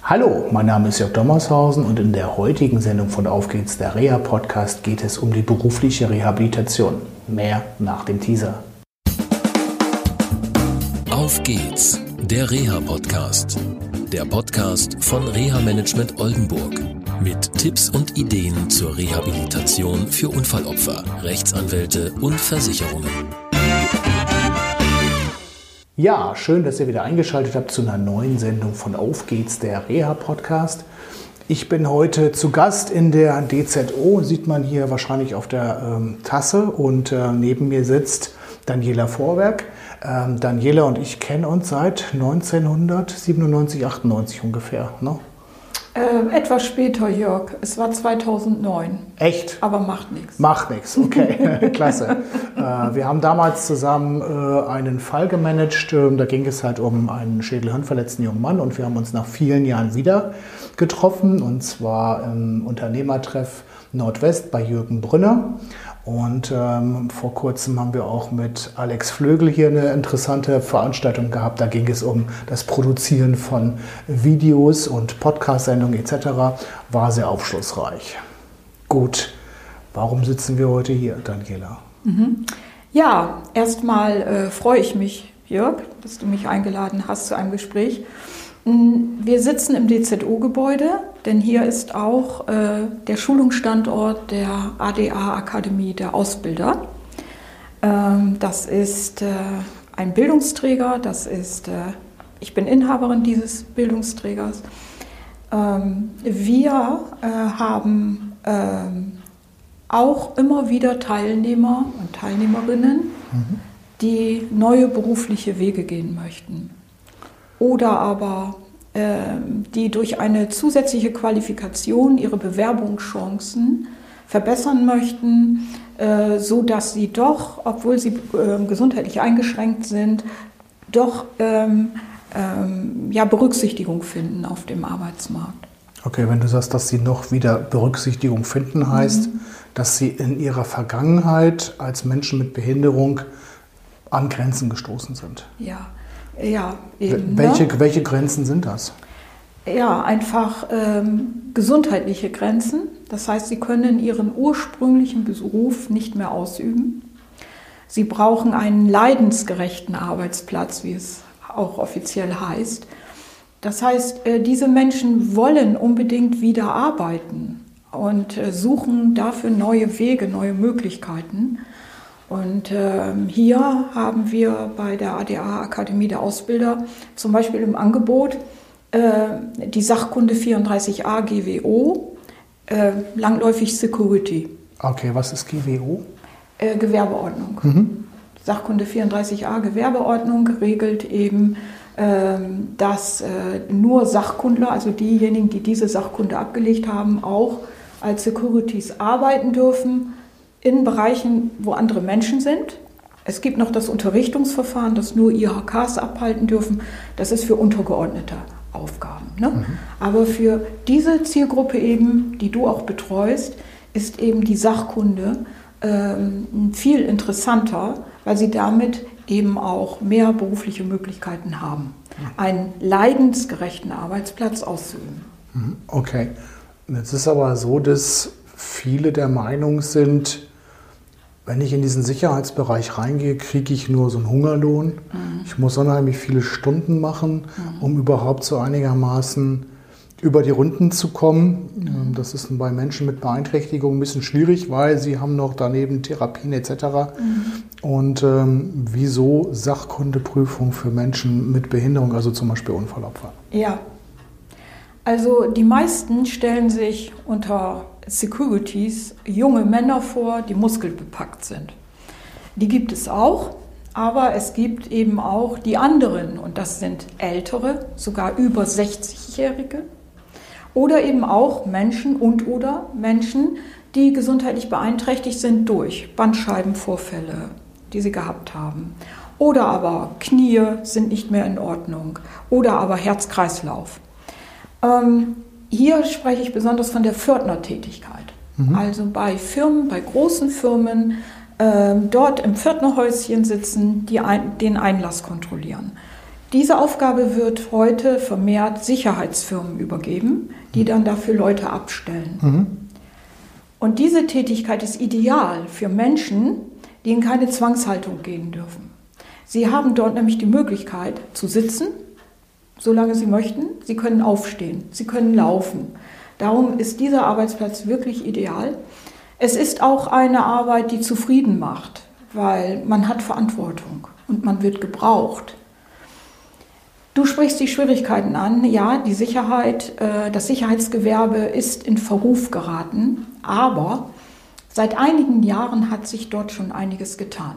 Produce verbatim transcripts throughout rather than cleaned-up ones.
Hallo, mein Name ist Jörg Dommershausen und in der heutigen Sendung von Auf geht's, der Reha-Podcast, geht es um die berufliche Rehabilitation. Mehr nach dem Teaser. Auf geht's, der Reha-Podcast. Der Podcast von Reha-Management Oldenburg. Mit Tipps und Ideen zur Rehabilitation für Unfallopfer, Rechtsanwälte und Versicherungen. Ja, schön, dass ihr wieder eingeschaltet habt zu einer neuen Sendung von Auf geht's, der Reha-Podcast. Ich bin heute zu Gast in der D Z O, sieht man hier wahrscheinlich auf der ähm, Tasse, und äh, neben mir sitzt Daniela Vorwerk. Ähm, Daniela und ich kennen uns seit neunzehnhundertsiebenundneunzig, achtundneunzig ungefähr, ne? Äh, etwas später, Jörg. Es war zweitausendneun. Echt? Aber macht nichts. Macht nichts, okay, klasse. Äh, wir haben damals zusammen äh, einen Fall gemanagt. Äh, da ging es halt um einen schädelhirnverletzten jungen Mann, und wir haben uns nach vielen Jahren wieder getroffen, und zwar im Unternehmertreff Nordwest bei Jürgen Brünner. Und ähm, vor kurzem haben wir auch mit Alex Flögel hier eine interessante Veranstaltung gehabt. Da ging es um das Produzieren von Videos und Podcast-Sendungen et cetera. War sehr aufschlussreich. Gut, warum sitzen wir heute hier, Daniela? Mhm. Ja, erstmal äh, freue ich mich, Jörg, dass du mich eingeladen hast zu einem Gespräch. Wir sitzen im D Z O-Gebäude, denn hier ist auch äh, der Schulungsstandort der A D A-Akademie der Ausbilder. Ähm, das ist äh, ein Bildungsträger, das ist, äh, ich bin Inhaberin dieses Bildungsträgers. Ähm, wir äh, haben ähm, auch immer wieder Teilnehmer und Teilnehmerinnen, mhm. die neue berufliche Wege gehen möchten. Oder aber äh, die durch eine zusätzliche Qualifikation ihre Bewerbungschancen verbessern möchten, äh, so dass sie doch, obwohl sie äh, gesundheitlich eingeschränkt sind, doch ähm, ähm, ja, Berücksichtigung finden auf dem Arbeitsmarkt. Okay, wenn du sagst, dass sie noch wieder Berücksichtigung finden, heißt, mhm. dass sie in ihrer Vergangenheit als Menschen mit Behinderung an Grenzen gestoßen sind. Ja. Ja, eben, welche, ne? welche Grenzen sind das? Ja, einfach ähm, gesundheitliche Grenzen. Das heißt, sie können ihren ursprünglichen Beruf nicht mehr ausüben. Sie brauchen einen leidensgerechten Arbeitsplatz, wie es auch offiziell heißt. Das heißt, äh, diese Menschen wollen unbedingt wieder arbeiten und äh, suchen dafür neue Wege, neue Möglichkeiten. Und äh, hier haben wir bei der A D A-Akademie der Ausbilder zum Beispiel im Angebot äh, die Sachkunde vierunddreißig a G W O, äh, langläufig Security. Okay, was ist G W O? Äh, Gewerbeordnung. Mhm. Sachkunde vierunddreißig a Gewerbeordnung regelt eben, äh, dass äh, nur Sachkundler, also diejenigen, die diese Sachkunde abgelegt haben, auch als Securities arbeiten dürfen. In Bereichen, wo andere Menschen sind. Es gibt noch das Unterrichtungsverfahren, das nur I H Ks abhalten dürfen. Das ist für untergeordnete Aufgaben. Ne? Mhm. Aber für diese Zielgruppe eben, die du auch betreust, ist eben die Sachkunde ähm, viel interessanter, weil sie damit eben auch mehr berufliche Möglichkeiten haben, mhm. einen leidensgerechten Arbeitsplatz auszuüben. Okay. Jetzt ist aber so, dass viele der Meinung sind, wenn ich in diesen Sicherheitsbereich reingehe, kriege ich nur so einen Hungerlohn. Mhm. Ich muss unheimlich viele Stunden machen, mhm. um überhaupt so einigermaßen über die Runden zu kommen. Mhm. Das ist bei Menschen mit Beeinträchtigung ein bisschen schwierig, weil sie haben noch daneben Therapien et cetera. Mhm. Und ähm, wieso Sachkundeprüfung für Menschen mit Behinderung, also zum Beispiel Unfallopfer? Ja, also die meisten stellen sich unter Securities junge Männer vor, die muskelbepackt sind. Die gibt es auch, aber es gibt eben auch die anderen, und das sind ältere, sogar über sechzigjährige, oder eben auch Menschen und oder Menschen, die gesundheitlich beeinträchtigt sind durch Bandscheibenvorfälle, die sie gehabt haben. Oder aber Knie sind nicht mehr in Ordnung, oder aber Herz-Kreislauf. Ähm, Hier spreche ich besonders von der Pförtnertätigkeit. Mhm. Also bei Firmen, bei großen Firmen, äh, dort im Pförtnerhäuschen sitzen, die ein, den Einlass kontrollieren. Diese Aufgabe wird heute vermehrt Sicherheitsfirmen übergeben, die dann dafür Leute abstellen. Mhm. Und diese Tätigkeit ist ideal für Menschen, die in keine Zwangshaltung gehen dürfen. Sie haben dort nämlich die Möglichkeit zu sitzen, solange sie möchten. Sie können aufstehen, sie können laufen. Darum ist dieser Arbeitsplatz wirklich ideal. Es ist auch eine Arbeit, die zufrieden macht, weil man hat Verantwortung und man wird gebraucht. Du sprichst die Schwierigkeiten an. Ja, die Sicherheit, das Sicherheitsgewerbe ist in Verruf geraten, aber seit einigen Jahren hat sich dort schon einiges getan.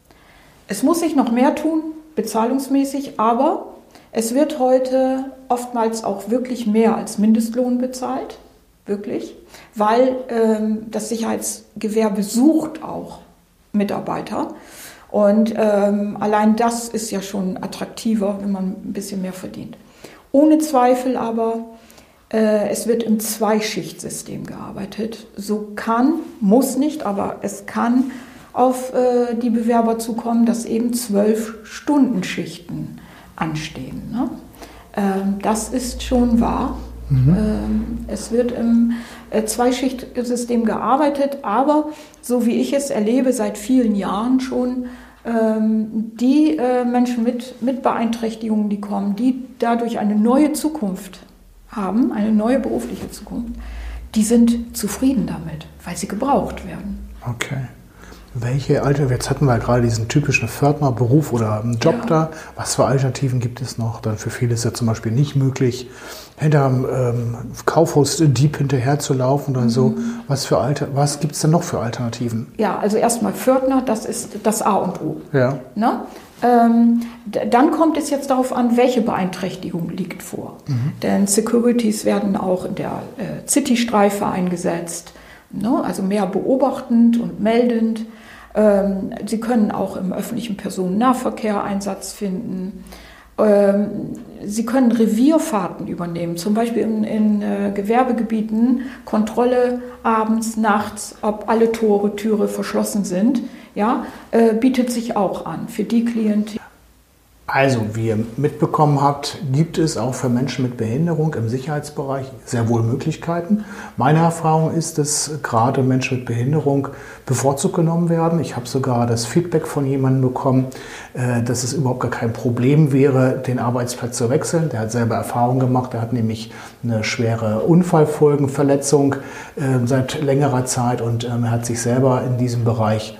Es muss sich noch mehr tun, bezahlungsmäßig, aber es wird heute oftmals auch wirklich mehr als Mindestlohn bezahlt, wirklich, weil ähm, das Sicherheitsgewerbe sucht auch Mitarbeiter. Und ähm, allein das ist ja schon attraktiver, wenn man ein bisschen mehr verdient. Ohne Zweifel aber, äh, es wird im Zweischichtsystem gearbeitet. So kann, muss nicht, aber es kann auf äh, die Bewerber zukommen, dass eben zwölf Stunden Schichten anstehen. Ne? Ähm, das ist schon wahr. Mhm. Ähm, es wird im äh, Zweischichtsystem gearbeitet, aber so wie ich es erlebe, seit vielen Jahren schon, ähm, die äh, Menschen mit, mit Beeinträchtigungen, die kommen, die dadurch eine neue Zukunft haben, eine neue berufliche Zukunft, die sind zufrieden damit, weil sie gebraucht werden. Okay. Welche Alter, jetzt hatten wir gerade diesen typischen Pförtnerberuf oder einen Job ja. da. Was für Alternativen gibt es noch? Dann für viele ist ja zum Beispiel nicht möglich, hinterm ähm, Kaufhaus-Dieb hinterher zu laufen oder mhm. so. Was, für Alter, was gibt es denn noch für Alternativen? Ja, also erstmal Pförtner, das ist das A und O. Ja. Ne? Ähm, d- dann kommt es jetzt darauf an, welche Beeinträchtigung liegt vor. Mhm. Denn Securities werden auch in der äh, City-Streife eingesetzt, ne? Also mehr beobachtend und meldend. Ähm, sie können auch im öffentlichen Personennahverkehr Einsatz finden. Ähm, sie können Revierfahrten übernehmen, zum Beispiel in, in äh, Gewerbegebieten, Kontrolle abends, nachts, ob alle Tore, Türe verschlossen sind, ja, äh, bietet sich auch an für die Klientel. Also, wie ihr mitbekommen habt, gibt es auch für Menschen mit Behinderung im Sicherheitsbereich sehr wohl Möglichkeiten. Meine Erfahrung ist, dass gerade Menschen mit Behinderung bevorzugt genommen werden. Ich habe sogar das Feedback von jemandem bekommen, dass es überhaupt gar kein Problem wäre, den Arbeitsplatz zu wechseln. Der hat selber Erfahrung gemacht. Der hat nämlich eine schwere Unfallfolgenverletzung seit längerer Zeit und er hat sich selber in diesem Bereich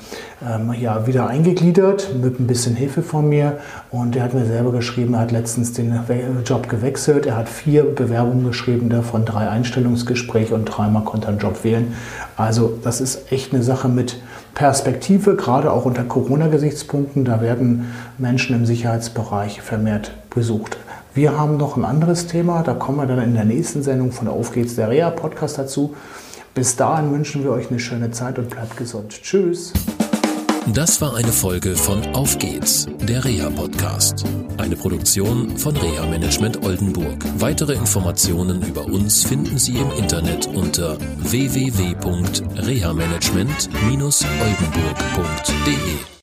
ja, wieder eingegliedert mit ein bisschen Hilfe von mir. Und er hat mir selber geschrieben, er hat letztens den Job gewechselt. Er hat vier Bewerbungen geschrieben, davon drei Einstellungsgespräche und dreimal konnte er einen Job wählen. Also das ist echt eine Sache mit Perspektive, gerade auch unter Corona-Gesichtspunkten. Da werden Menschen im Sicherheitsbereich vermehrt besucht. Wir haben noch ein anderes Thema, da kommen wir dann in der nächsten Sendung von Auf geht's, der Reha-Podcast dazu. Bis dahin wünschen wir euch eine schöne Zeit und bleibt gesund. Tschüss. Das war eine Folge von Auf geht's, der Reha-Podcast. Eine Produktion von Reha Management Oldenburg. Weitere Informationen über uns finden Sie im Internet unter w w w punkt reha management dash oldenburg punkt d e.